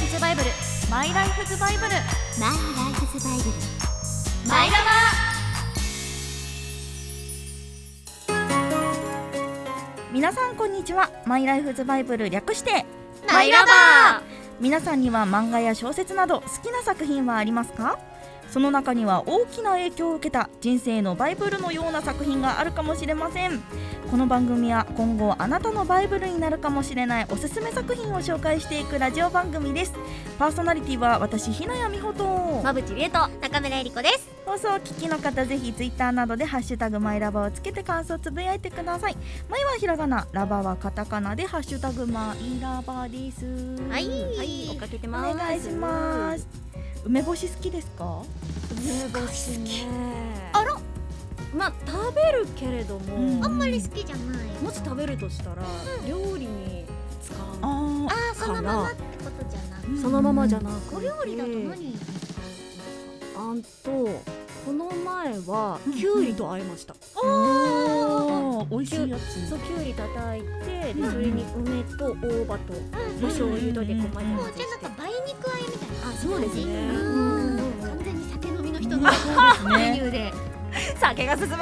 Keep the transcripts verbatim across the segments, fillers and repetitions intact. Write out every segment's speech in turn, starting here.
ズバイブル、マイライフズバイブル、 マイライフズバイブル、 マイラバ。皆さんこんにちは。マイライフズバイブル略してマイラバー。 皆さんには漫画や小説など好きな作品はありますか？その中には大きな影響を受けた人生のバイブルのような作品があるかもしれません。この番組は今後あなたのバイブルになるかもしれないおすすめ作品を紹介していくラジオ番組です。パーソナリティは私、ひなやみほとまぶちりえと中村えり子です。 放送を聞きの方、ぜひツイッターなどでハッシュタグマイラバをつけて感想をつぶやいてください。マイはひらがな、ラバはカタカナでハッシュタグマイラバです。 はい、はい、追っかけてます。 お願いします。梅干し好きですか？ 梅干しね。 あら、 まあ食べるけれども、 うんあんまり好きじゃない。 もし食べるとしたら、 うん料理に使う。 あああ、そのままってことじゃなくて、 うんそのままじゃなくて、 お料理だと何にあんとこの前はきゅうりと和えました。 おー、美味しいやつ。 そうきゅうり叩いて、でうんそれに梅と大葉とうんお醤油とでこう混ぜもう混ぜしてじゃあなんか梅肉あえみたいな。 あ、そうですね。 うんうん完全に酒飲みの人のうんそうですメねニューで。 酒が進む。 で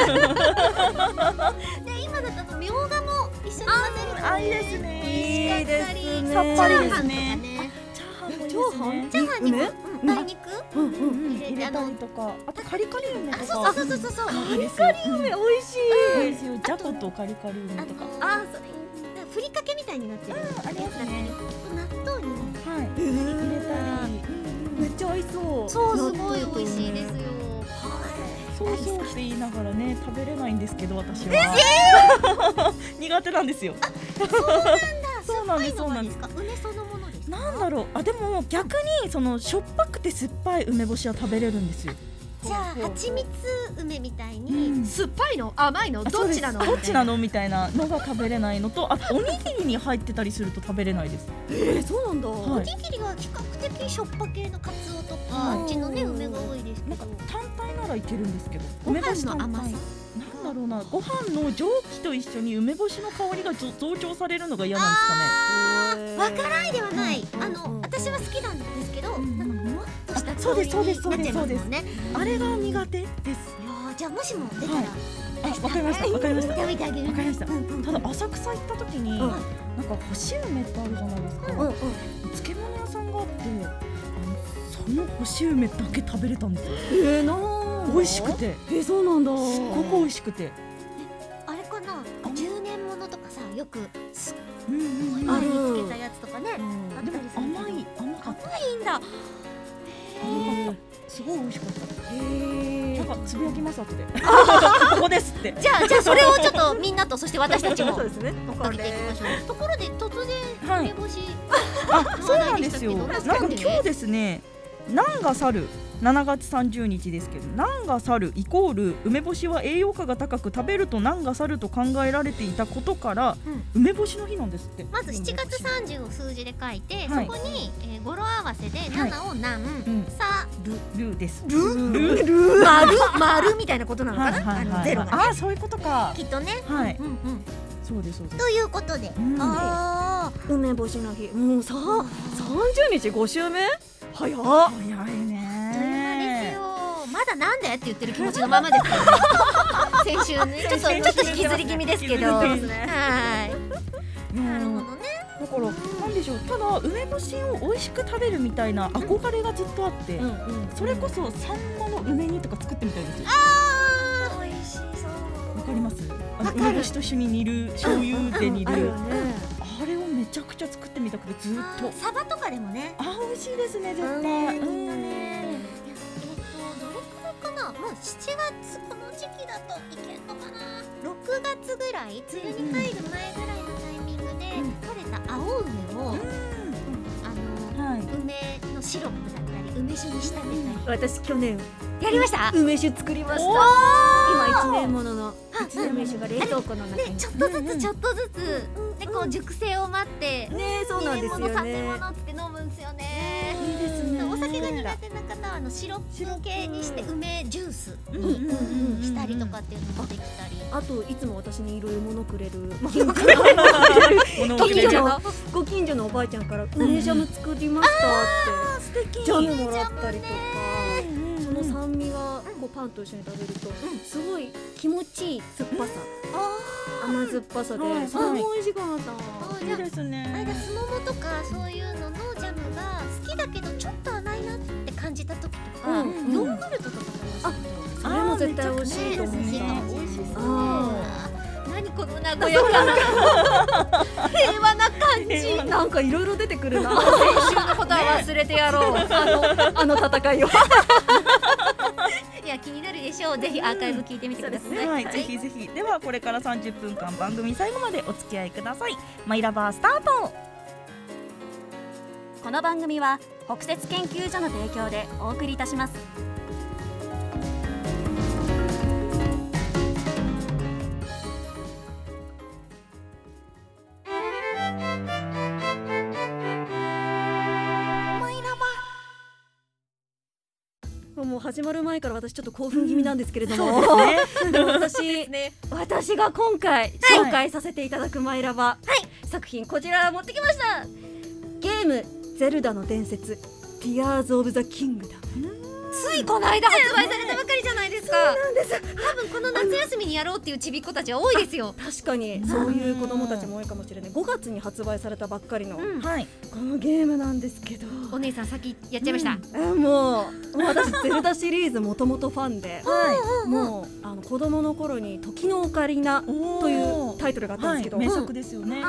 今だとみょうがも一緒に混ぜるとあ、いいですね。 いいですね。 さっぱりですチャーハンとかね。 ね。 チャーハンもいいですチャーハンね。 チャーハンにも梅うん梅肉うんうん。 うん、 入れて入れたりとか、あとカリカリ梅とあ、 か。 そうそうそうそうそう。 いいですよ。うん梅美味しい。 いいですよ。じゃことカリカリ梅あとか。 とあ、そうふりかけみたいになってるありますね。 納豆にね。 はい。 え入れたり。 めっちゃ美味しそう。 そう、すごい美味しいですよ。 そうそうって言いながらね、食べれないんですけど、私は。苦手なんですよ。そうなんです、そうなんです。 か。梅そのものですか。 なんだろう、あ、でも逆にそのしょっぱくて酸っぱい梅干しは食べれるんですよ。 じゃあ蜂蜜梅みたいうんに酸っぱいの甘いのあ、 どっちなの？ そうです。どっちなのみたいなのが食べれないのと、あとおにぎりに入ってたりすると食べれないです。 えー、そうなんだ。 はおにぎりは比較的しょっぱ系のカツオとかはいあっちのね梅が多いですけなんかど、 単体ならいけるんですけど、 ご飯梅干し単体の甘さ。 なんだろうな、ご飯の蒸気と一緒に梅干しの香りがぞ増長されるのが嫌なんですかね。 へーわからないではない。 うんあの私は好きなんですけど、 うんなんかもわっとしたあそうですそうです香りになっちゃいますもんね。 あれが苦手です。 いやー、じゃあもしも出たらはいあ、わかりましたわかりました食べてあげる。 わかりました。 うんうんただ浅草行った時に、 うんなんか干し梅ってあるじゃないですか。 うんうん。 漬物屋さんがあって、あのその干し梅だけ食べれたんですよ。 えー、なんだ美味しくて、 えー、そうなんだ。 すっごく美味しくて、 あれかな、じゅうねんものとかさ、よくすっうんうんうんごい前あるにつけたやつとかね。 うんでも甘い甘かった。 甘いんだ。 甘かった。すごい美味しかった。 へーなんかつぶやきます後で。ここですって。 じゃあじゃあそれをちょっとみんなと、そして私たちもそうですね。 追っかけていきましょう。ところで突然はい梅干し、 あ、そうなんですよ。 話題でなんかしたけどなんか今日ですね、南が去るしちがつさんじゅうにちですけど、南が去るイコール梅干しは栄養価が高く食べると南が去ると考えられていたことから、 うん梅干しの日なんですって。 まずしちがつさんじゅうを数字で書いて、 はいそこに、えー語呂合わせでななを南、 うん、 さルルです。 ルルル丸丸みたいなことなのかな、 はいはいはいあのゼロがね、 あー、そういうことか。 きっとね。 はい、 うんうん。 そうですそうです。 ということで、 うんあー梅干しの日。もうさ、三十日五週目。早っ。 早いあっという間ですね。 よ。まだなんでって言ってる気持ちのままですからね。先週ね、ちょっとちょっと引きずり気味ですけど、はい。 引きずり気味ですなるほどね。 だからなんでしょう。ただ梅干しを美味しく食べるみたいな憧れがずっとあって、 うんうん。 それこそサンマの梅煮とか作ってみたいですよ。 あー美味しそう。 わかります？あのわかる梅干しと一緒に煮る醤油で煮るあるよ。ね。 あれをめちゃくちゃ作ってみたくてずっとあー。サバとかでもね。 あー美味しいですね絶対。 うんうんいやえっとどれくらいかな。もうしちがつこの時期だといけるのかな。ろくがつぐらい、梅雨に入る前ぐらいのタイミングでうん取れた青梅を、あのはい。 梅のシロップだったり梅酒に仕立てたり。 私去年やりました。 梅酒作りました。 おー今一年もののあ梅酒が冷凍庫の中でに。 ちょっとずうんうんつちょっとずつ、 でこう熟成を待ってね、そうなんですよね。 にねんものさんねんものって飲むんですよね。 いいですね。 お酒が苦手な方はあのシロップ系にして梅ジュースうんうんうんうんにしたりとかっていうのもできたり。 あといつも私にいろいろ物くれる物近をくれる所のご近所のおばあちゃんから梅ジャム作りましたって素敵。 ジャムもらったりとか、その酸味がこうパンと一緒に食べるとすごい気持ちいい酸っぱさ、甘酸っぱさはいでそれも美味しかった。 いいですね。 間すももとかそういうののジャムが好きだけどちょっと甘いなって感じた時とか、 うんうんヨーグルトとかあ、それも絶対美味しいと思った。 美味しそう。 あ何この和やかな平和な感じ。 ーなんかいろいろ出てくるな。 先週のことは忘れてやろう。 あのあの戦いを。 いや気になるでしょう。ぜひアーカイブ聞いてみてください。 はい、ぜひぜひ。ではこれからさんじゅっぷんかん番組最後までお付き合いください。マイラバースタート。 この番組は北摂研究所の提供でお送りいたします。 もう始まる前から私ちょっと興奮気味なんですけれども、 そうででも私、私が今回紹介させていただくマイラバ、作品こちら持ってきました。ゲームゼルダの伝説ティアーズ・オブ・ザ・キングダム。 ついこの間発売されたばかりじゃないですか。 そうなんです。 多分この夏休みにやろうっていうちびっ子たちは多いですよ。 確かにそういう子供たちも多いかもしれない。ごがつに発売されたばっかりの、 うんはい。 このゲームなんですけど、 お姉さん先やっちゃいました。 えもうもう私ゼルダシリーズもともとファンで、 はもうあの子供の頃に時のオカリナい。 というタイトルがあったんですけど、 はい、名作ですよね。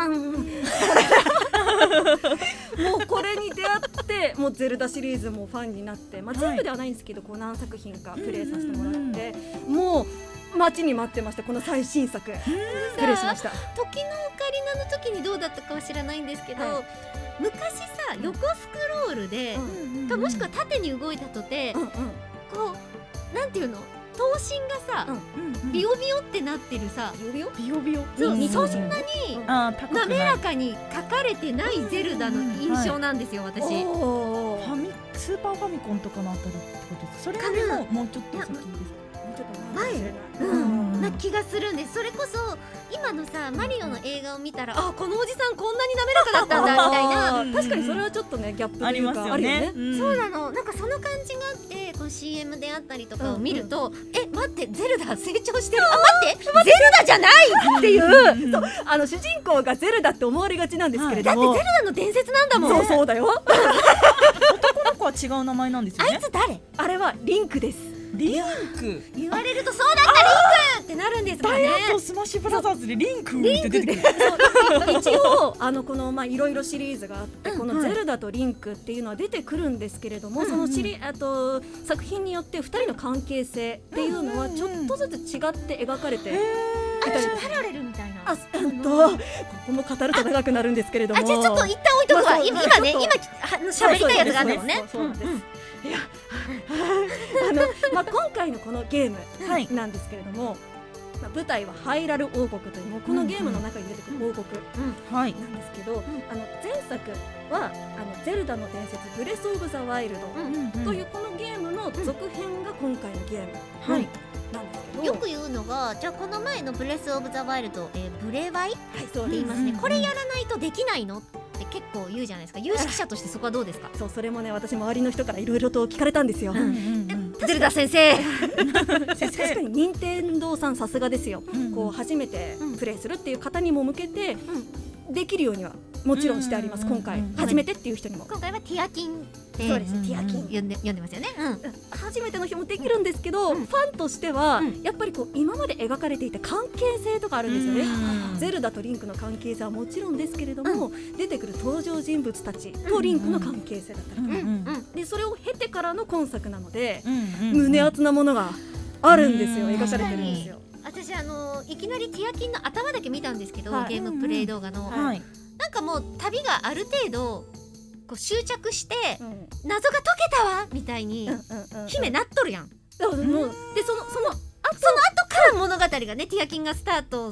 もうこれに出会ってもうゼルダシリーズもファンになって、まあ、全部ではないんですけど、こう何作品かプレイさせてもらって、もう待ちに待ってました。この最新作プレイしました。 時のオカリナの時にどうだったかは知らないんですけど、 はい昔さ横スクロールで、かもしくは縦に動いたとて、 うんうんこうなんていうの頭身がさ、ビヨビヨってなってるさ、 ビヨビヨビヨビヨ。 そううんそんなにあー、高くない。 滑らかに描かれてないゼルダの印象なんですよ、私。 おーファミスーパーファミコンとかのあたりってことですか。それよりももうちょっと先ですか。 ちょっと前前かもしれない。 うんな気がするんです。それこそ今のさマリオの映画を見たら、あこのおじさんこんなに滑らかだったんだみたいな。 あー確かにそれはちょっとねギャップとありいうかますよね。 あるよね。 んそうなの、なんかその感じがあってこの シーエム であったりとかを見ると、え待ってゼルダ成長してる、あ待ってゼルダじゃないっていう、 そうあの主人公がゼルダって思われがちなんですけれだってども、 ゼルダの伝説なんだもん。 そうそうだよ。 この子は違う名前なんですよあいね。 つ誰あれはリンクです。 リンク。 言われるとそうだったリンクってなるんですかね。 ダイヤとスマッシュブラザーズでリンクって出てくる。 一応あのこのまあいろいろシリーズがあって、 うんこのゼルダとリンクっていうのは出てくるんですけれども、そのシリあと作品によってふたりの関係性っていうのはちょっとずつ違って描かれていたりとか。 パラレルみたいな。 あ、うんとここも語ると長くなるんですけれども、 あじゃあちょっと一旦置いとくわ。 まあそう今今ねちょっと今喋りたいやつがあるのね。 そうそうそうそうなんですいやあの、まあ、今回のこのゲームはい。 なんですけれども、まあ、舞台はハイラル王国というもうこのゲームの中に出てくる王国はい。 なんですけど、あの前作はあのゼルダの伝説ブレスオブザワイルドというこのゲームの続編が今回のゲームはい。 なんですけど、 よく言うのが、じゃあこの前のブレスオブザワイルド、えーブレワイってはいそうです言いますね、 うんこれやらないとできないのって結構言うじゃないですか。有識者としてそこはどうですか。 そうそれもね私周りの人からいろいろと聞かれたんですよ。 うんうんゼルダ先生。 確かに任天堂さんさすがですよ。 うんこう初めてうんプレイするっていう方にも向けてできるようにはもちろんしてあります。 うん今回うん初めてっていう人にも今回はティアキンってそうですねティアキン呼んで呼んでますよね。うん初めての人もできるんですけど、 うんファンとしては、 うんやっぱりこう今まで描かれていた関係性とかあるんですよね。 うんゼルダとリンクの関係性はもちろんですけれども、出てくる登場人物たちとリンクの関係性だったりとか、 うんうんでそれを経てからの今作なので、 うん胸熱なものがあるんですよ。 うん描かれてるんですよ。 私あのいきなりティアキンの頭だけ見たんですけど、 はいゲームプレイ動画の、 はい。 なんかもう旅がある程度こう執着してうんうん謎が解けたわみたいにうんうん姫なっとるやん。 そうもうでそのそのその後から物語がねティアキンがスタートそうす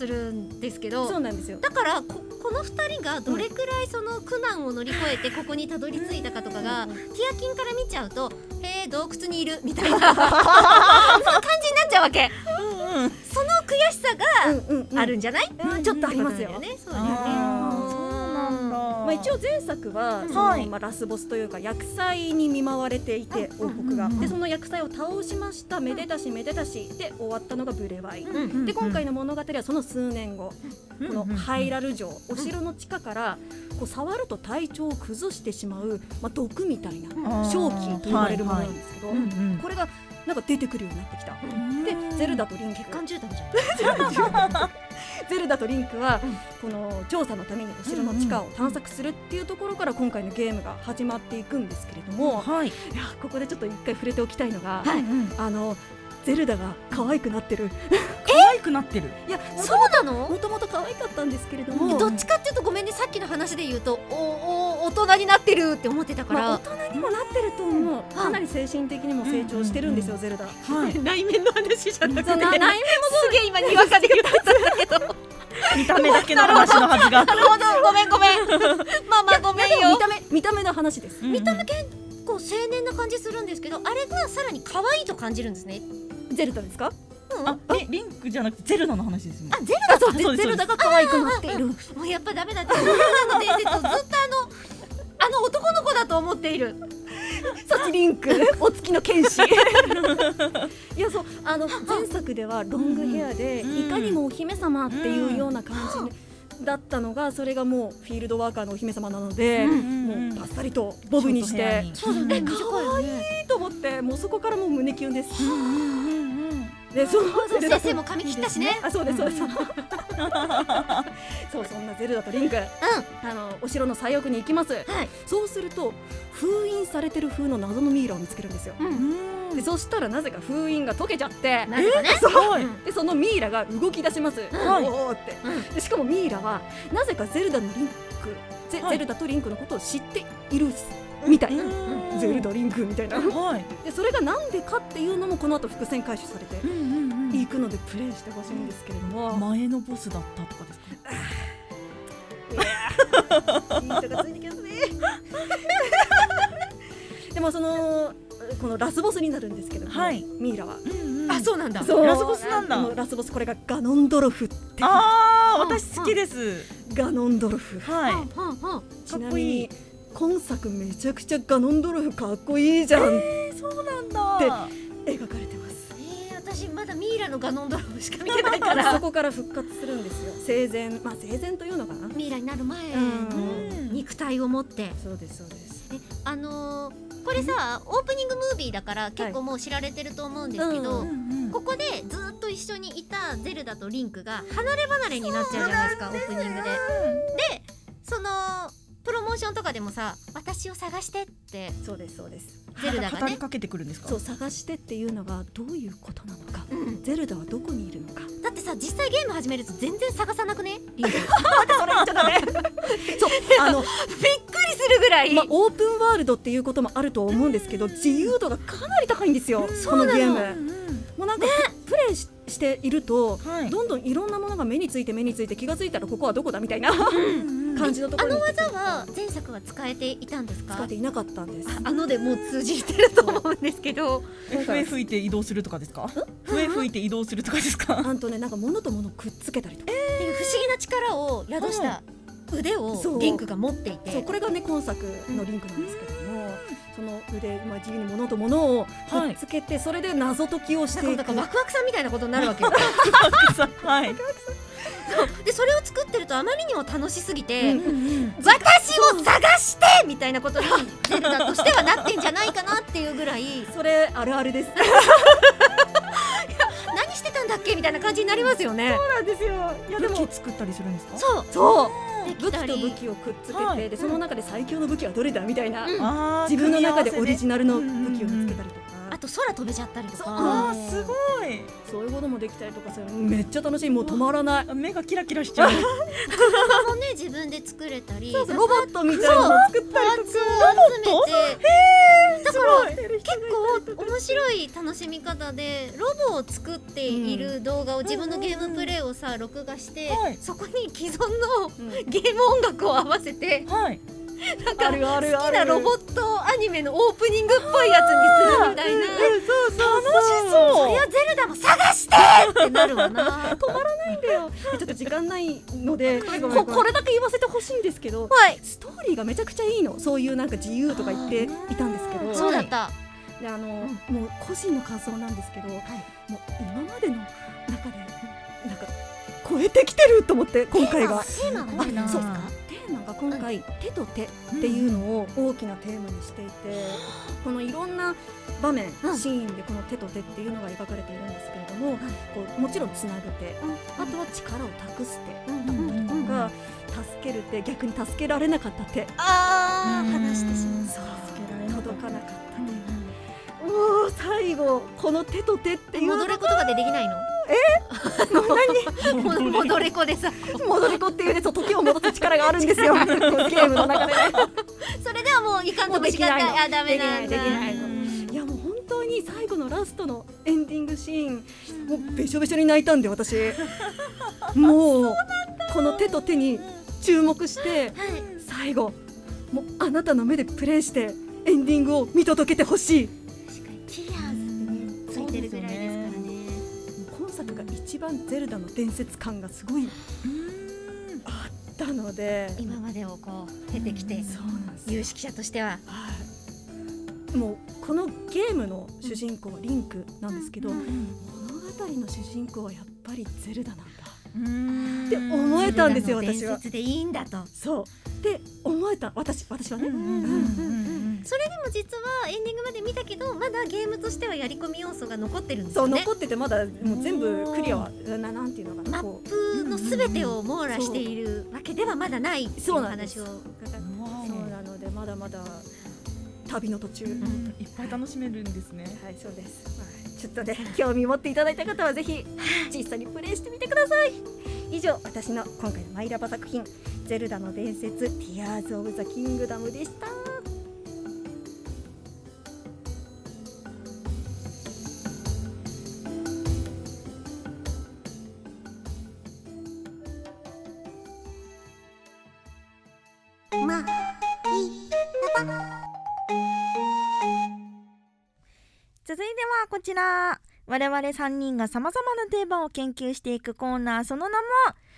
するんですけど、 そうなんですよ。 だからここのふたりがどれくらいその苦難を乗り越えてここにたどり着いたかとかが、ティアキンから見ちゃうとへえ洞窟にいるみたいなそんな感じになっちゃうわけ。 うんうん、 その悔しさがあるんじゃない？ うんうん、ちょっとありますよね。そうだよね。 まあ、一応前作はその、はい、まあ、ラスボスというか厄災に見舞われていて、王国がでその厄災を倒しました、めでたしめでたしで終わったのがブレワイ、うん、で今回の物語はその数年後、うん、このハイラル城、お城の地下からこう触ると体調を崩してしまう、まあ、毒みたいな瘴気と呼ばれるものなんですけど、はいはい、これがなんか出てくるようになってきた。でゼルダとリンク、 血管絨毯じゃんゼルダとリンクはこの調査のためにお城の地下を探索するっていうところから今回のゲームが始まっていくんですけれども、はい、いやここでちょっと一回触れておきたいのが、はい、あのゼルダが可愛くなってる可愛くなってる。 いやそうなの？ もともと可愛かったんですけれども、 どっちかっていうとごめんね、さっきの話で言うとおお大人になってるって思ってたから、まあ、 大人にもなってると思う。かなり精神的にも成長してるんですよ、ゼルダ。 はい、内面の話じゃなくて、 内面もすげえ今にわかで言ったんだけど見た目だけの話のはずが。 なるほど、ごめんごめんまあまあごめんよ。 見た目見た目の話です。 うんうん、見た目結構青年な感じするんですけど、あれがさらに可愛いと感じるんですね。 ゼルダですか？ うん、 あ、え、リンクじゃなくてゼルダの話ですよね。 あ、ゼルダ、 そう、ゼルダが可愛くなっている。 もうやっぱダメだって、ゼルダの伝説をずっとあのあの男の子だと思っている。 そっちリンク、お月の剣士。いや、そう、あの前作ではロングヘアでいかにもお姫様っていうような感じだったのが、それがもうフィールドワーカーのお姫様なので、もうバッサリとボブにして、 そうだね、 可愛いと思って、もうそこからもう胸キュンです。で、 そう先生も髪切ったしね。 あ、そうですそうです。そう、そんなゼルダとリンク、あのお城の最奥に行きます。そうすると封印されてる風の謎のミイラを見つけるんですよ。で、そしたらなぜか封印が解けちゃって、 なぜかね。 で、そのミイラが動き出します。おおって。で、しかもミイラはなぜかゼルダのリンク、ゼゼルダとリンクのことを知っているみたいな。ゼルダリンクみたいな。で、それがなんでかっていうのもこの後伏線回収されていくのでプレイしてほしいんですけれども、 前のボスだったとかですか？ いやー、ヒントがついてきますね。でもそのこのラスボスになるんですけども、ミイラは、 あ、そうなんだ。 ラスボスなんだ。 ラスボス、これがガノンドルフって。 ああ、私好きです。 ガノンドルフ。 はい。 ちなみに今作めちゃくちゃガノンドルフかっこいいじゃん。 えー、そうなんだ。 って描かれてます。 えー、私まだミイラのガノンドルフしか見てないからそこから復活するんですよ。生前、まあ生前というのかな。 ミイラになる前の肉体を持って。 そうですそうです。 え、あのー、これさ、オープニングムービーだから結構もう知られてると思うんですけど、ここでずっと一緒にいたゼルダとリンクが離れ離れになっちゃうじゃないですか、オープニングで。で、そのプロモーションとかでもさ、私を探してって、 そうですそうです、 ゼルダがね、 語りかけてくるんですか？ そう、探してっていうのがどういうことなのか、うん、ゼルダはどこにいるのか。 だってさ、実際ゲーム始めると全然探さなくね、リンク。 それ言っちゃダメ。そう、あのびっくりするぐらい、 まあ、オープンワールドっていうこともあると思うんですけど、自由度がかなり高いんですよ、このゲーム。もうなんか、ね、プレイししていると、はい、どんどんいろんなものが目について目について、気がついたらここはどこだみたいな、うん、感じのところに。 あの技は前作は使えていたんですか？ 使えていなかったんです。 あ, あのでもう通じてると思うんですけど、 笛吹いて移動するとかですか？笛吹いて移動するとかですか？ あんとね、なんか物と物をくっつけたりとか、 えー、っていう不思議な力を宿した腕をリンクが持っていて、 そう、これがね今作のリンクなんですけども、その腕、まあ、自由に物と物をくっつけて、はい、それで謎解きをしていく。 なんかワクワクさんみたいなことになるわけよ。 はい。 そうで、それを作ってるとあまりにも楽しすぎて、うんうん、私を探してみたいなことにゼルダとしてはなってんじゃないかなっていうぐらい。 それあるあるです。いや、 何してたんだっけみたいな感じになりますよね。 そうなんですよ。いや、でも武器作ったりするんですか？ そうそう、武器と武器をくっつけて、はい、でその中で最強の武器はどれだみたいな、うん、自分の中でオリジナルの武器を見つけたりとか、 あと空飛べちゃったりとか、 あー、すごい、 そういうこともできたりとかする。めっちゃ楽しい。もう止まらない。 目がキラキラしちゃう。 車もね、自分で作れたり、 そうそう、ロボットみたいなのを作ったりとか、 パーツを集めて、だかから結構面白い楽しみ方で、ロボを作っている動画を自分のゲームプレイをさ録画して、 はい、 そこに既存のゲーム音楽を合わせて、 はい、 なんか好きなロボットアニメのオープニングっぽいやつにするみたいな。 そうそう楽しそう。 そりゃゼルダも探してってなるわな。 止まらないんだよ。ちょっと時間ないのでこ, これだけ言わせてほしいんですけど、 はい、 ストーリーがめちゃくちゃいいの。そういうなんか自由とか言っていたんですけど、 そうだった。 であの、うん、もう個人の感想なんですけど、はい、もう今までの中でなんか超えてきてると思って、今回がテーマがあそうですか。テーマが今回、うん、手と手っていうのを大きなテーマにしていて、このいろんな場面、うん、シーンでこの手と手っていうのが描かれているんですけれども、うん、こうもちろんつなぐ手、うん、あとは力を託す手、うん、が助ける手、逆に助けられなかった手、 あー離してしまう、 そう届かなかった手、もう最後この手と手っていうのが戻れことがでできないの？ え何戻れ子でさ戻れ子っていうね、時を戻す力があるんですよゲームの中でそれではもういかんともしかない、あダメなんだ、 できないの。いやもう本当に最後のラストのエンディングシーン、もうべしょべしょに泣いたんで私もうこの手と手に注目して、はい、最後もうあなたの目でプレイしてエンディングを見届けてほしい。 確かにティアーズってねついてるぐらいですからね。 今作が一番ゼルダの伝説感がすごいあったので、 今までをこう経てきて有識者としては、はい、 もうこのゲームの主人公はリンクなんですけど、うんうん、物語の主人公はやっぱりゼルダなんだって思えたんですよ。私は伝説でいいんだと、 そうって思えた、私私はね。 それでも実はエンディングまで見たけど、まだゲームとしてはやり込み要素が残ってるんですよね。 そう残ってて、まだもう全部クリアはな、なんていうのかな、 マップのすべてを網羅しているわけではまだないっていう話を伺って、 そうなのでまだまだ旅の途中、うん、 いっぱい楽しめるんですね。 はい、そうです、はい、ちょっとね興味持っていただいた方はぜひ実際にプレイしてみてください。以上、私の今回のマイラバ作品ゼルダの伝説ティアーズ・オブ・ザ・キングダムでした。 まあ続いてはこちら、我々さんにんがさまざまなテーマを研究していくコーナー、その名も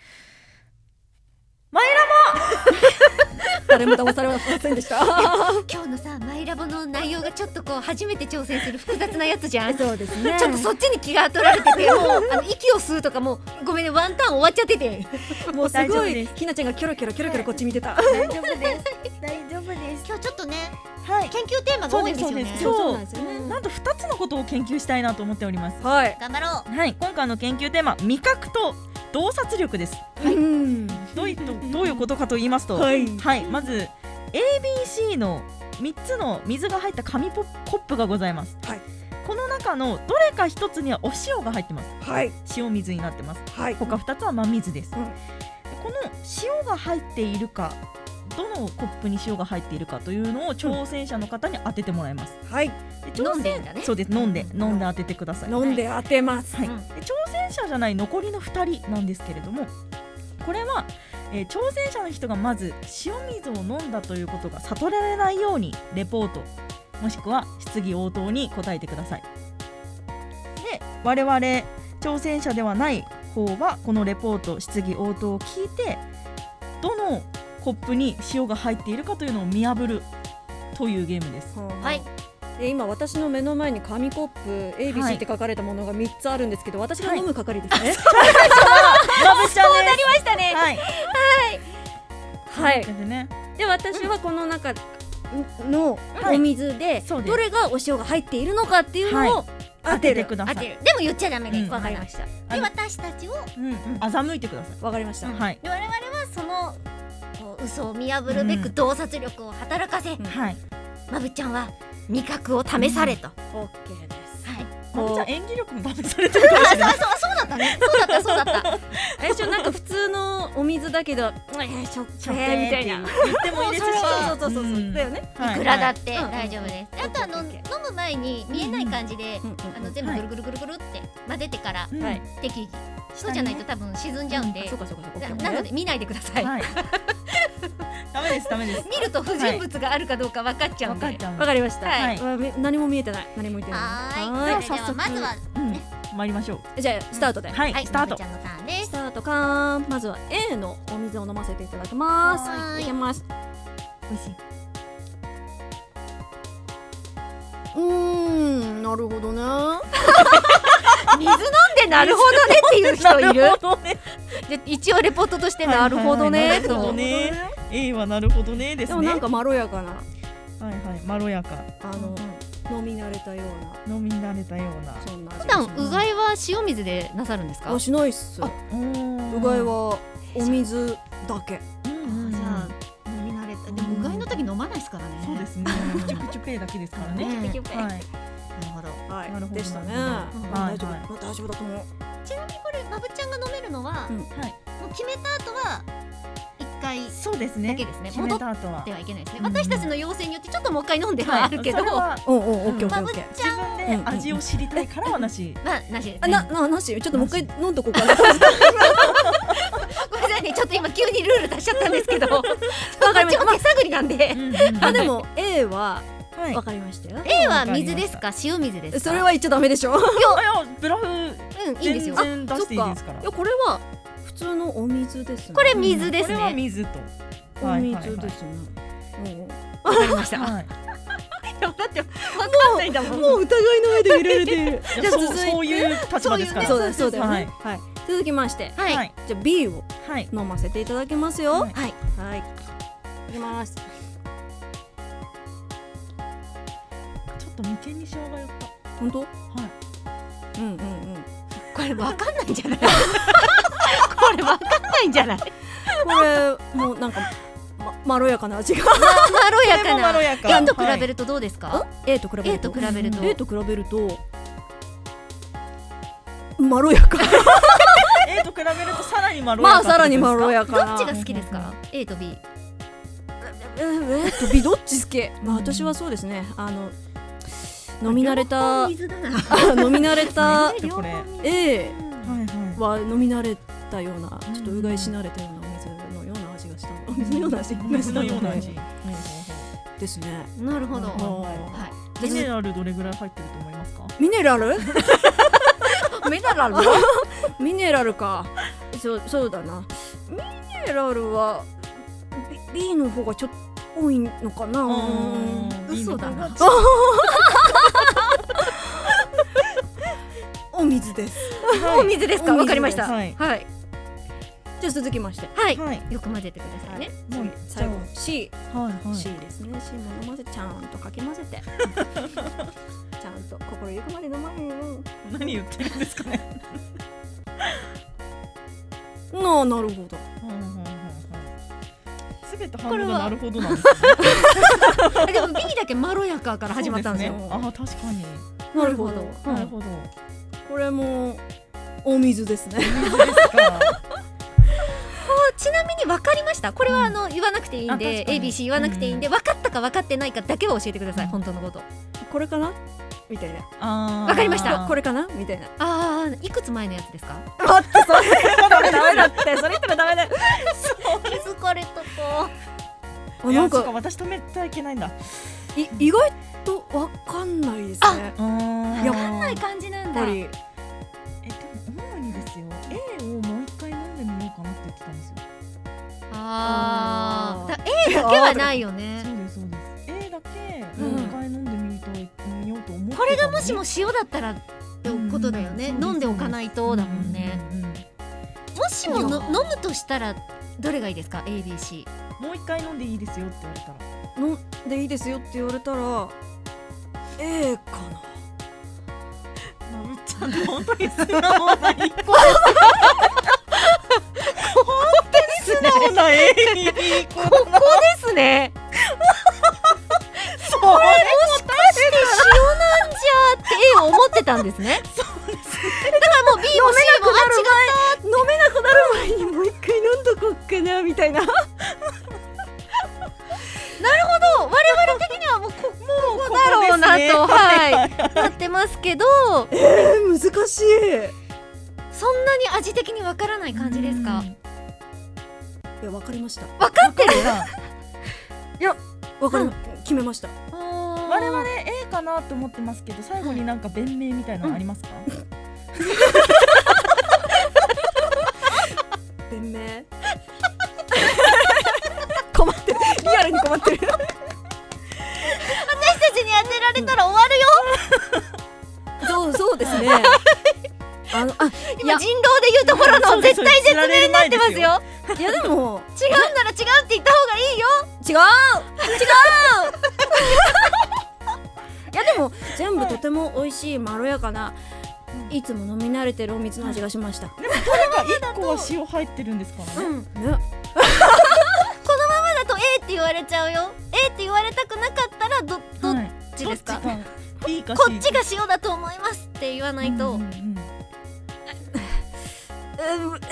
マイラボ誰も騙されませんでした今日のさマイラボの内容がちょっとこう初めて挑戦する複雑なやつじゃん。 そうですね、 ちょっとそっちに気が取られてて、もうあの息を吸うとかもごめんね、ワンターン終わっちゃっててもうすごいひなちゃんがキョロキョロキョロキョロこっち見てた。 大丈夫です大丈夫です。 今日ちょっとね、 はい、 研究テーマが多いんですよね。 そうなんですよね。なんとふたつのことを研究したいなと思っております。 はい、 頑張ろう。 はい、今回の研究テーマ、味覚と洞察力です。はい、うんどういどういうことかと言いますと、はい、はい、まず エービーシー のみっつの水が入った紙コップがございます。はい、この中のどれかひとつにはお塩が入ってます。はい、塩水になってます。はい、他ふたつは真水です。うん、この塩が入っているか、どのコップに塩が入っているかというのを挑戦者の方に当ててもらいます。 はい、 で飲んでいいんだね。 そうです、飲んで飲んで当ててください。 飲んで当てます。 はい、で挑戦者じゃない残りのふたりなんですけれども、これは、えー、挑戦者の人がまず塩水を飲んだということが悟られないようにレポートもしくは質疑応答に答えてください。で我々挑戦者ではない方はこのレポート質疑応答を聞いて、どのコップに塩が入っているかというのを見破るというゲームです。 はい、 で今私の目の前に紙コップ エービーシー って書かれたものがみっつあるんですけど、私が飲む係ですね。 まぶちゃんです。 そうなりましたね。 はいはい、はい、で, で私はこの中のお水でどれがお塩が入っているのかっていうのを当てる。 ください。 当てる。でも言っちゃダメです。 わかりました。 で私たちを欺いてください。 わかりました。 はい。で我々はその嘘を見破るべく洞察力を働かせ、はい、まぶちゃんは味覚を試されと。 オッケーです。 はい。まぶちゃん演技力も試されてるかもしれない。 あ、そうそうだったね。そうだったそうだった。 え、ちょなんか普通のお水だけど、えー、しょっぺーみたいな。 言ってもいいですし、 そうそうそうそうそううんだよね。 はいくらだってうん大丈夫です。あとあの飲オッケーオッケむ前に見えない感じでうんうんあの全部ぐるぐるぐるぐるって混ぜてからうんはい適宜。そうじゃないと多分沈んじゃうんでそう。かそうかそうか。 ななので見ないでください。 はいダメですダメです見ると不純物があるかどうか分かっちゃうんで。 分かっちゃうわかりました。 はいわみ何も見えてない何も見えてない。 はーい。 はそれではまずはうん参りましょうじゃあスタートで。 はい、 はいスタートまぶちゃんのターンです。 スタートかーん。まずは A のお水を飲ませていただきます。 はーいいきます。 美味しいうーんなるほどね。 水飲んでなるほどねっていう人いる。 なるほどねで一応レポートとしてなるほどねはいはいはいなるほどと。 ね A はなるほどねですねでもなんかまろやかなはいはいまろやかあの飲み慣れたような飲み慣れたようなそんな味普がします。 段うがいは塩水でなさるんですか？ あしないっす。 ううがいはお水だけ。 うんうんじゃあ飲み慣れた。でもうがいの時飲まないですからね。 そうですねプチプチペイだけですからねねはいなるほど。 はいなるほどでしたね。 なるほどうん大丈はい夫大丈夫だと思う。 ちなみにこれまぶちゃんが飲めるのは、 うんもう決めた後は一回そうですねだけですね決めた後はではいけないですね。 うん私たちの要請によってちょっともう一回飲んではあるけど、 それはおうおうオッケーオッケーまぶオッケー。 ちゃん自分で味を知りたいからはなしまあなしですあね。 なななしちょっともう一回飲んどこうかな。 ごめんなさいね、ちょっと今急にルール出しちゃったんですけど、わかりました。手探りなんで。 あでも A ははいわかりましたよ。 A は水ですか塩水ですか？ それは言っちゃダメでしょ。 あいやブラフうんいいんですよ。 全然出していいですからいやこれは普通のお水ですね。 これ水ですねこれは水とおはいはいはい水ですね。 わかりました。 はいだってわかんないんだもん。 もう疑いの目で見られている。 いやそうそういう立場ですからそうだそうだよはいね。はい。続きましてはい。 はいじゃあ B をはい飲ませていただきますよ。 ははいい。はい。いきます。 ちょっと眉間にシワが寄った本当？ はいうんうんうん。 これわかんないんじゃない？これわかんないんじゃない？ これもうなんかままろやかな味が。 まろやかこれもまろな。 やか A と比べるとどうですか？ A と比べる A と比べると。 A と比べるとまろやか。 A と比べるとさらにまろやかまあさらにまろややかな。 どっちが好きですか？ A と B。 ええっと B どっち好き？まあ私はそうですね。あの飲み慣れた水だな。 飲み慣れたじゃあこれはい A はいは飲み慣れたようなちょっとうがいし慣れたようなお水のような味がした。お水のような味。 水のような味ですね。 なるほど。 はいはい。 ミネラルどれぐらい入ってると思いますかミネラル？ メダラル。 ミネラルか。そうそうだな。ミネラルは B, B の方がちょっと多いのかな。 嘘だな。 お水です。 お水ですか？ お水わかりました。 ははいい。はい。 じゃあ続きまして。 はい。 はいよく混ぜてくださいね。 もう最後 C。 はいはい C ですね。C も飲ませちゃんとかき混ぜて。ちゃんと心ゆくまで飲まれよ。 何言ってるんですかねなあなるほど。 すべて反応がなるほどなんですねあでも B だけまろやかから始まったんですよ。 そうねあ確かになるほど。 なるほどこれもお水ですね。 水ですかちなみに分かりました。これはあの言わなくていいんあで、 確かにエービーシー 言わなくていいんで、分かったか分かってないかだけは教えてください。本当のこと。 これかなみたいな。 あーわかりましたこれかなみたいな。 ああ、いくつ前のやつですか？ 待ってそれダメだってそれ言ったらダメだよ。 気づかれたと。 あなんいやそうかか私止めたらいけないんだい意外とわかんないですね。 いやわかんない感じなんだ。 やっぱりえでも主にですよ A をもう一回飲んでみようかなって言ってたんですよああ、だ A だけはないよね。 そうですそうです A だけうんもう一回飲んでみたいみようと思ってたこれがものにしも塩だったらってことだよね。 うん飲んでおかないとだもんね。 うんうんうんもしものいや飲むとしたらどれがいいですか？ エービーシー。 もう一回飲んでいいですよって言われたら飲んでいいですよって言われたら A かな。 まぶっちゃんの本当に素直な一個素直な A にいい子だなここですね。 そうこれもしかして塩なんじゃって A を思ってたんですね。そうです。だからもう B も C もあ違った。 飲めなくなる前にもう一回飲んどこっかなみたいな。 なるほーと、はいなってますけど、 えー、難しい。 そんなに味的にわからない感じですか？ いや、わかりました。 わかってる。 いや、わかりま、決めました。 我々 A かなと思ってますけど、最後になんか弁明みたいなのありますか？ 弁明困ってる、リアルに困ってる。 私たちに当てられたら終わるよ。 そうそうですね。あの、あ、 今人狼でいうところの絶対絶命になってますよ。 いやでも違うなら違うって言った方がいいよ。 違う違う。いやでも全部とても美味しい、まろやかな、いつも飲み慣れてるお水の味がしました。 でもこれがいっこは塩入ってるんですからね。 うん、 ね、 このままだと A って言われちゃうよ。 A って言われたくなかったらどどっちですか？ どっちか B か C こっちが塩だと思いますって言わないと、 うんうんうんうんうんうん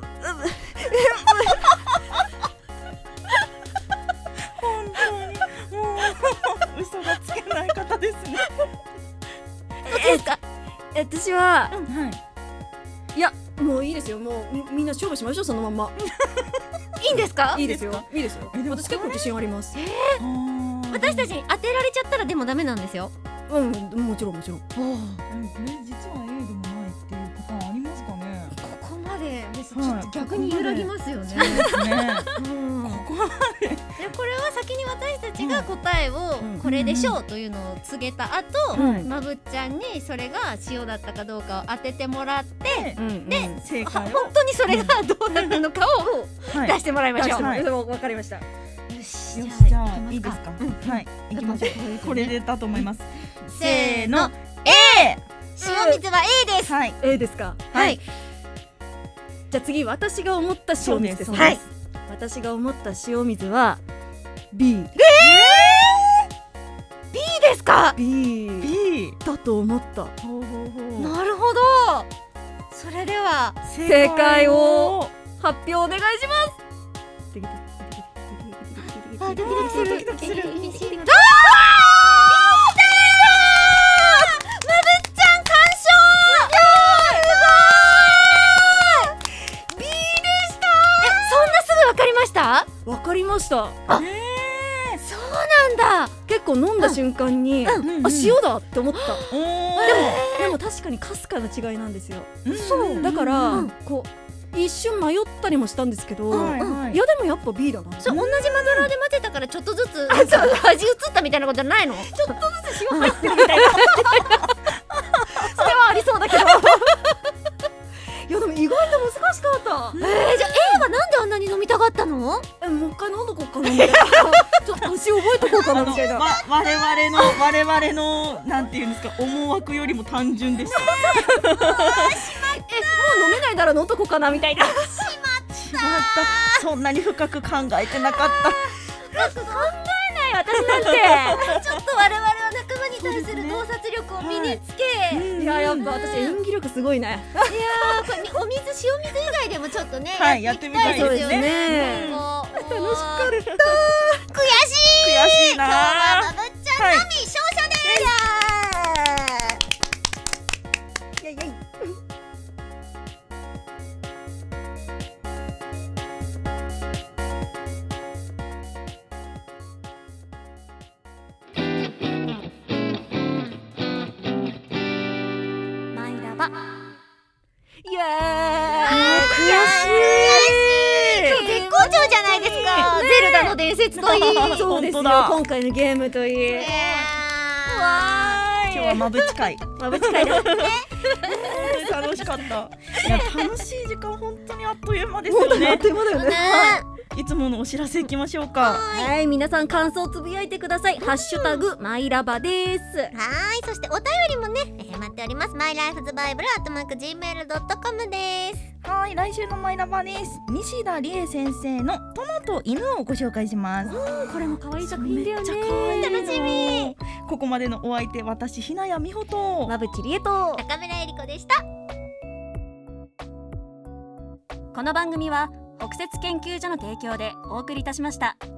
本当にもう嘘がつけない方ですね。 どっちですか？ え私は、 はいいやもういいですよ。もうみみんな勝負しましょう、そのまんま。 いいんですか？ いいですよ、いいですよ。 えでも私結構自信あります。 あー私たちに当てられちゃったらでもダメなんですよ。 うん、もちろんもちろん。 でもこれ実は A でもないっていうパターンありますかね。 ここまでです。ちはいょっと逆に揺らぎますよね。 そうですね。 うんここまででこれは先に私たちが答えをうんこれでしょうというのを告げた後、 うんまぶっちゃんにそれが塩だったかどうかを当ててもらって、 うんでうん正は解を本当にそれがどうだったのかをはい出してもらいましょう。 はいでもわかりました。 よしよしじゃあ行きますいいですか。 うんはい行きましょう。これでだと思います。 せーの A。 塩水は A です。 はい。 A ですか。 はいじゃあ次私が思った塩水ですね。 そうですそうです私が思った塩水は B。 いいですか？ B B。 だと思った。 ほうほうほう。 なるほど。それでは正解を発表お願いします。 あドキドキするドキドキする。あー！びっくりした！まぶっちゃん完勝！すごーい！ B でした。え、そんなすぐわかりました？ わかりました。 あえそうなんだ。 結構飲んだ瞬間に、 うんあ、塩だって思った。 ー。おー。 でも確かにかすかな違いなんですよ。 そうだから、 うんこう一瞬迷ったりもしたんですけど、 はいはいいやでもやっぱ B だな。 そう、同じマドラーで混ぜたからちょっとずつ味移ったみたいなことないの？ちょっとずつ塩入ってるみたいな。 それはありそうだけど。いやでも意外と難しかった。 えー、じゃあ A はなんであんなに飲みたかったの？ え、もう一回飲んどこうかなみたいな。ちょっと味覚えとこうかなみたいな。 わ我々の我々のなんていうんですか思惑よりも単純でした。 え、もう飲めないなら飲んどこうかなみたいな。 しまった。そんなに深く考えてなかった。 私なんてちょっと我々は仲間に対する洞察力を身につけ、いいややっぱ私演技力すごいね。 やーこれお水塩水以外でもちょっとね、 はいやっていきたいですよやってみたいですね今後楽しかった。 悔しい。 悔しい今日はなまぶっちゃんのみ勝者です。 いやいやい。 マイラバ。 イエーイ。 今日絶好調じゃないですか。ゼルダの伝説といい。 そうですよ。 本当だ今回のゲームといい。 わ今日はまぶち会。 まぶち会だ。 楽しかった。いや楽しい時間本当にあっという間ですよね本当にあっ。という間だよね。 ね。 いつものお知らせいきましょうか。 はい、皆さん感想つぶやいてください。ハッシュタグマイラバです。 はい、そしてお便りもね、えー待っております。マイライフズバイブルアットマーク ジーメールドットコム です。 はい、来週のマイラバです。西田理恵先生の友と犬をご紹介します。 これも可愛い作品だよね。 めっちゃ可愛いの楽しみ。 ここまでのお相手、私ひなやみほと。 まぶちりえと。 中村えり子でした。 この番組は北雪研究所の提供でお送りいたしました。